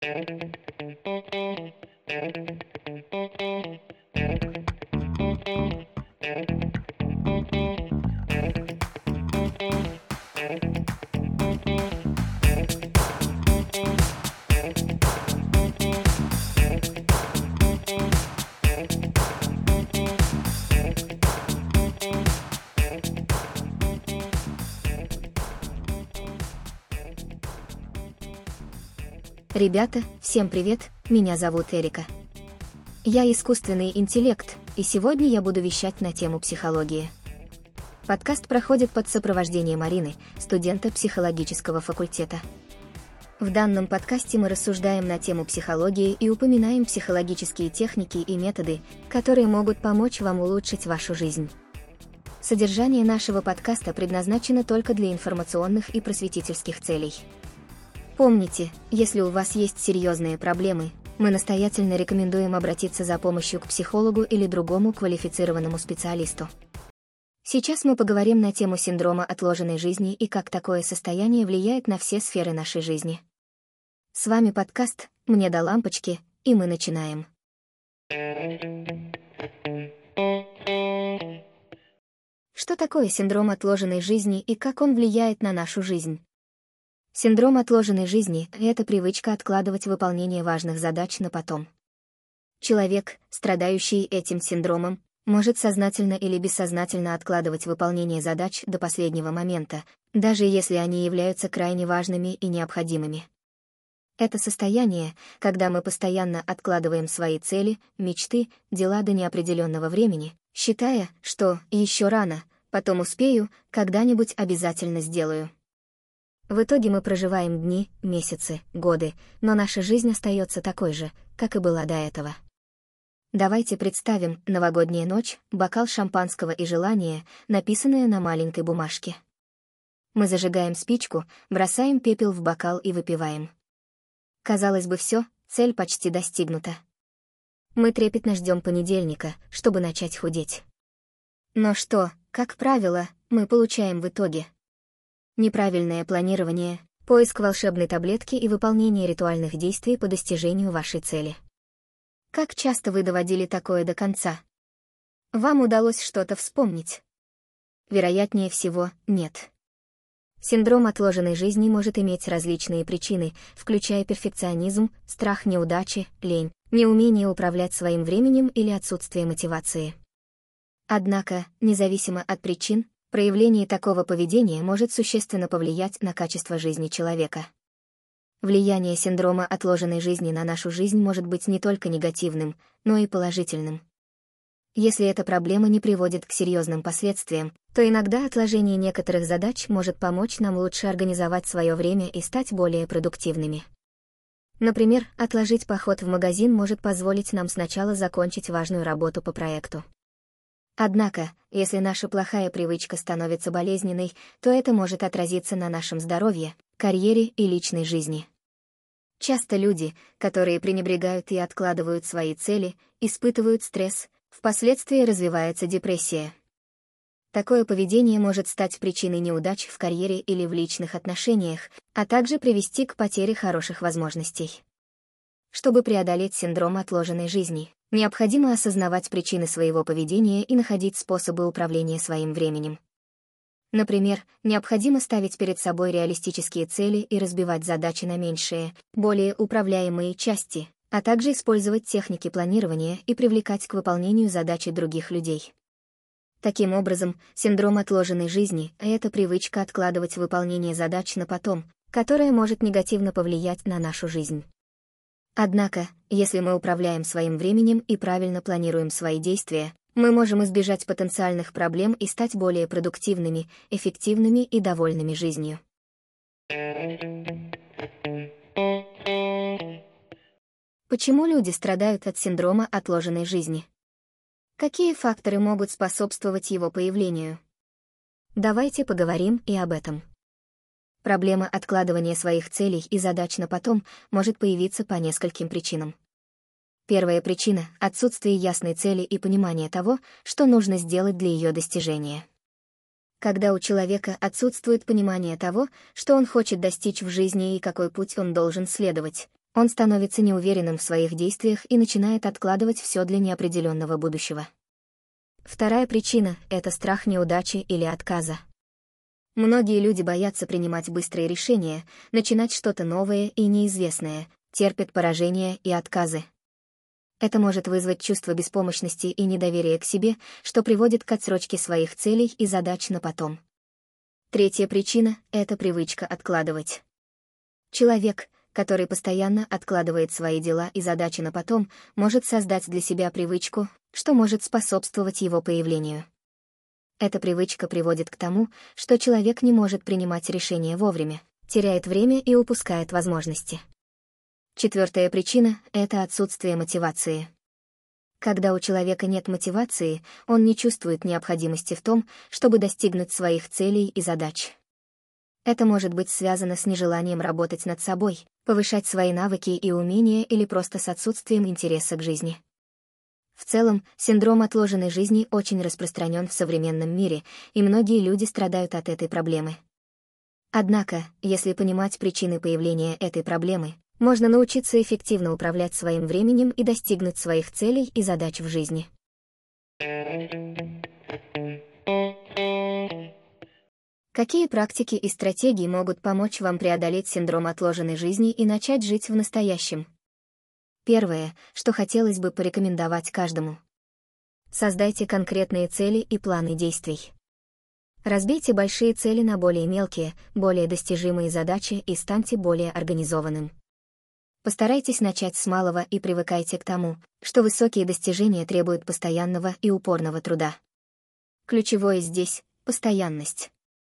Ребята, всем привет, меня зовут Эрика. Я искусственный интеллект, и сегодня я буду вещать на тему психологии. Подкаст проходит под сопровождением Марины, студента психологического факультета. В данном подкасте мы рассуждаем на тему психологии и упоминаем психологические техники и методы, которые могут помочь вам улучшить вашу жизнь. Содержание нашего подкаста предназначено только для информационных и просветительских целей. Помните, если у вас есть серьезные проблемы, мы настоятельно рекомендуем обратиться за помощью к психологу или другому квалифицированному специалисту. Сейчас мы поговорим на тему синдрома отложенной жизни и как такое состояние влияет на все сферы нашей жизни. С вами подкаст «Мне до лампочки», и мы начинаем. Что такое синдром отложенной жизни и как он влияет на нашу жизнь? Синдром отложенной жизни — это привычка откладывать выполнение важных задач на потом. Человек, страдающий этим синдромом, может сознательно или бессознательно откладывать выполнение задач до последнего момента, даже если они являются крайне важными и необходимыми. Это состояние, когда мы постоянно откладываем свои цели, мечты, дела до неопределенного времени, считая, что «еще рано, потом успею, когда-нибудь обязательно сделаю». В итоге мы проживаем дни, месяцы, годы, но наша жизнь остается такой же, как и была до этого. Давайте представим новогодняя ночь, бокал шампанского и желание, написанное на маленькой бумажке. Мы зажигаем спичку, бросаем пепел в бокал и выпиваем. Казалось бы, все, цель почти достигнута. Мы трепетно ждем понедельника, чтобы начать худеть. Но что, как правило, мы получаем в итоге? Неправильное планирование, поиск волшебной таблетки и выполнение ритуальных действий по достижению вашей цели. Как часто вы доводили такое до конца? Вам удалось что-то вспомнить? Вероятнее всего, нет. Синдром отложенной жизни может иметь различные причины, включая перфекционизм, страх неудачи, лень, неумение управлять своим временем или отсутствие мотивации. Однако, независимо от причин, проявление такого поведения может существенно повлиять на качество жизни человека. Влияние синдрома отложенной жизни на нашу жизнь может быть не только негативным, но и положительным. Если эта проблема не приводит к серьезным последствиям, то иногда отложение некоторых задач может помочь нам лучше организовать свое время и стать более продуктивными. Например, отложить поход в магазин может позволить нам сначала закончить важную работу по проекту. Однако, если наша плохая привычка становится болезненной, то это может отразиться на нашем здоровье, карьере и личной жизни. Часто люди, которые пренебрегают и откладывают свои цели, испытывают стресс, впоследствии развивается депрессия. Такое поведение может стать причиной неудач в карьере или в личных отношениях, а также привести к потере хороших возможностей. Чтобы преодолеть синдром отложенной жизни, необходимо осознавать причины своего поведения и находить способы управления своим временем. Например, необходимо ставить перед собой реалистические цели и разбивать задачи на меньшие, более управляемые части, а также использовать техники планирования и привлекать к выполнению задачи других людей. Таким образом, синдром отложенной жизни — это привычка откладывать выполнение задач на потом, которая может негативно повлиять на нашу жизнь. Однако, если мы управляем своим временем и правильно планируем свои действия, мы можем избежать потенциальных проблем и стать более продуктивными, эффективными и довольными жизнью. Почему люди страдают от синдрома отложенной жизни? Какие факторы могут способствовать его появлению? Давайте поговорим и об этом. Проблема откладывания своих целей и задач на потом может появиться по нескольким причинам. Первая причина — отсутствие ясной цели и понимания того, что нужно сделать для ее достижения. Когда у человека отсутствует понимание того, что он хочет достичь в жизни и какой путь он должен следовать, Он становится неуверенным в своих действиях и начинает откладывать все для неопределенного будущего. Вторая причина — это страх неудачи или отказа. Многие люди боятся принимать быстрые решения, начинать что-то новое и неизвестное, терпят поражения и отказы. Это может вызвать чувство беспомощности и недоверия к себе, что приводит к отсрочке своих целей и задач на потом. Третья причина — это привычка откладывать. Человек, который постоянно откладывает свои дела и задачи на потом, может создать для себя привычку, что может способствовать его появлению. Эта привычка приводит к тому, что человек не может принимать решения вовремя, теряет время и упускает возможности. Четвертая причина — это отсутствие мотивации. Когда у человека нет мотивации, он не чувствует необходимости в том, чтобы достигнуть своих целей и задач. Это может быть связано с нежеланием работать над собой, повышать свои навыки и умения или просто с отсутствием интереса к жизни. В целом, синдром отложенной жизни очень распространен в современном мире, и многие люди страдают от этой проблемы. Однако, если понимать причины появления этой проблемы, можно научиться эффективно управлять своим временем и достигнуть своих целей и задач в жизни. Какие практики и стратегии могут помочь вам преодолеть синдром отложенной жизни и начать жить в настоящем? Первое, что хотелось бы порекомендовать каждому. Создайте конкретные цели и планы действий. Разбейте большие цели на более мелкие, более достижимые задачи и станьте более организованным. Постарайтесь начать с малого и привыкайте к тому, что высокие достижения требуют постоянного и упорного труда. Ключевое здесь — постоянность.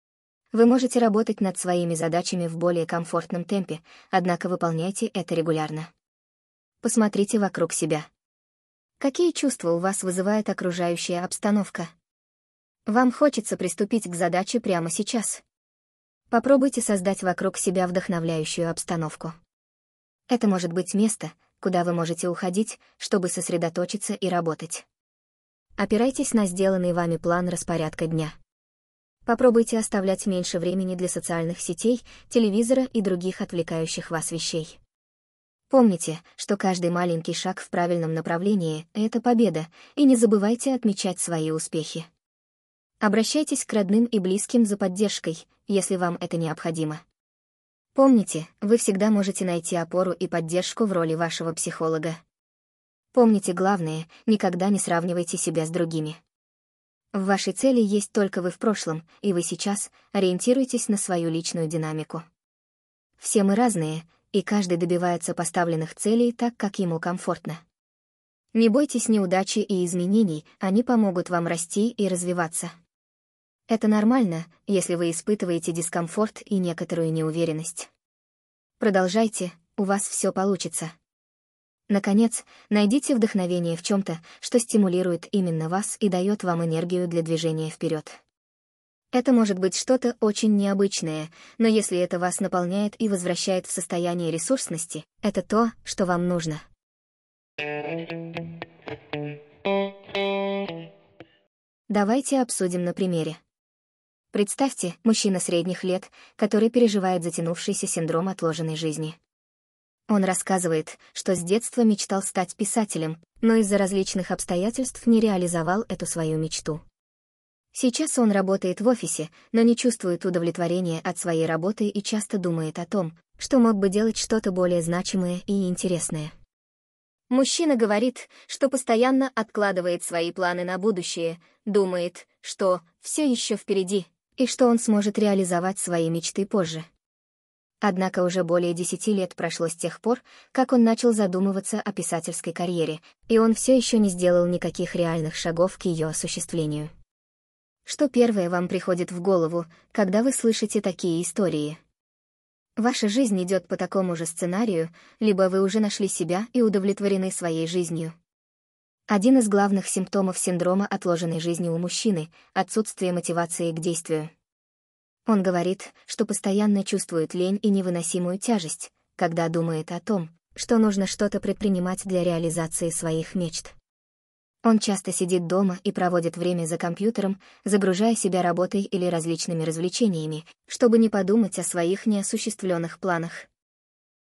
Вы можете работать над своими задачами в более комфортном темпе, однако выполняйте это регулярно. Посмотрите вокруг себя. Какие чувства у вас вызывает окружающая обстановка? Вам хочется приступить к задаче прямо сейчас. Попробуйте создать вокруг себя вдохновляющую обстановку. Это может быть место, куда вы можете уходить, чтобы сосредоточиться и работать. Опирайтесь на сделанный вами план распорядка дня. Попробуйте оставлять меньше времени для социальных сетей, телевизора и других отвлекающих вас вещей. Помните, что каждый маленький шаг в правильном направлении — это победа, и не забывайте отмечать свои успехи. Обращайтесь к родным и близким за поддержкой, если вам это необходимо. Помните, вы всегда можете найти опору и поддержку в роли вашего психолога. Помните главное, никогда не сравнивайте себя с другими. В вашей цели есть только вы в прошлом, и вы сейчас ориентируйтесь на свою личную динамику. Все мы разные, и каждый добивается поставленных целей так, как ему комфортно. Не бойтесь неудачи и изменений, они помогут вам расти и развиваться. Это нормально, если вы испытываете дискомфорт и некоторую неуверенность. Продолжайте, у вас все получится. Наконец, найдите вдохновение в чем-то, что стимулирует именно вас и дает вам энергию для движения вперед. Это может быть что-то очень необычное, но если это вас наполняет и возвращает в состояние ресурсности, это то, что вам нужно. Давайте обсудим на примере. Представьте, мужчина средних лет, который переживает затянувшийся синдром отложенной жизни. Он рассказывает, что с детства мечтал стать писателем, но из-за различных обстоятельств не реализовал эту свою мечту. Сейчас он работает в офисе, но не чувствует удовлетворения от своей работы и часто думает о том, что мог бы делать что-то более значимое и интересное. Мужчина говорит, что постоянно откладывает свои планы на будущее, думает, что все еще впереди, и что он сможет реализовать свои мечты позже. Однако уже более 10 лет прошло с тех пор, как он начал задумываться о писательской карьере, и он все еще не сделал никаких реальных шагов к ее осуществлению. Что первое вам приходит в голову, когда вы слышите такие истории? Ваша жизнь идет по такому же сценарию, либо вы уже нашли себя и удовлетворены своей жизнью. Один из главных симптомов синдрома отложенной жизни у мужчины — отсутствие мотивации к действию. Он говорит, что постоянно чувствует лень и невыносимую тяжесть, когда думает о том, что нужно что-то предпринимать для реализации своих мечт. Он часто сидит дома и проводит время за компьютером, загружая себя работой или различными развлечениями, чтобы не подумать о своих неосуществленных планах.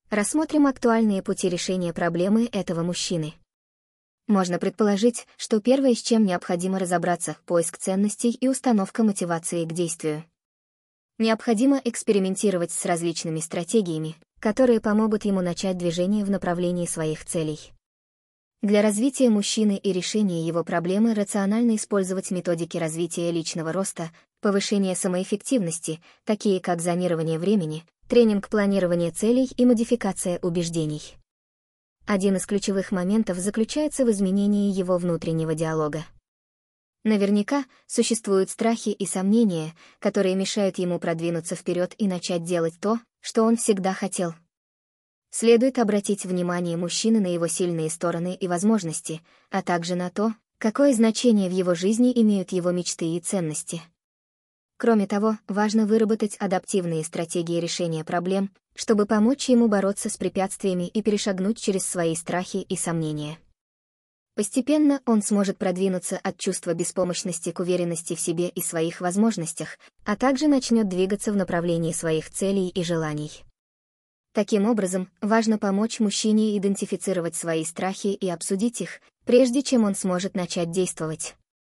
Рассмотрим актуальные пути решения проблемы этого мужчины. Можно предположить, что первое, с чем необходимо разобраться, поиск ценностей и установка мотивации к действию. Необходимо экспериментировать с различными стратегиями, которые помогут ему начать движение в направлении своих целей. Для развития мужчины и решения его проблемы рационально использовать методики развития личного роста, повышения самоэффективности, такие как зонирование времени, тренинг планирования целей и модификация убеждений. Один из ключевых моментов заключается в изменении его внутреннего диалога. Наверняка существуют страхи и сомнения, которые мешают ему продвинуться вперед и начать делать то, что он всегда хотел. Следует обратить внимание мужчины на его сильные стороны и возможности, а также на то, какое значение в его жизни имеют его мечты и ценности. Кроме того, важно выработать адаптивные стратегии решения проблем, чтобы помочь ему бороться с препятствиями и перешагнуть через свои страхи и сомнения. Постепенно он сможет продвинуться от чувства беспомощности к уверенности в себе и своих возможностях, а также начнет двигаться в направлении своих целей и желаний. Таким образом, важно помочь мужчине идентифицировать свои страхи и обсудить их, прежде чем он сможет начать действовать.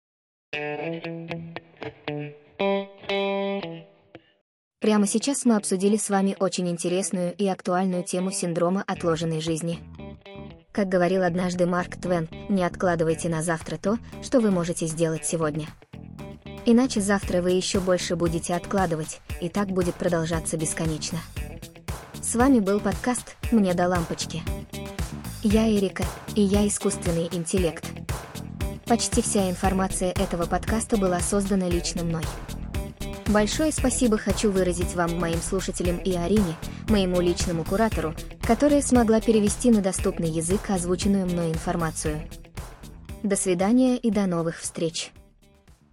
Прямо сейчас мы обсудили с вами очень интересную и актуальную тему синдрома отложенной жизни. Как говорил однажды Марк Твен, не откладывайте на завтра то, что вы можете сделать сегодня. Иначе завтра вы еще больше будете откладывать, и так будет продолжаться бесконечно. С вами был подкаст «Мне до лампочки». Я Эрика, и я искусственный интеллект. Почти вся информация этого подкаста была создана лично мной. Большое спасибо хочу выразить вам, моим слушателям, и Арине, моему личному куратору, которая смогла перевести на доступный язык озвученную мной информацию. До свидания и до новых встреч!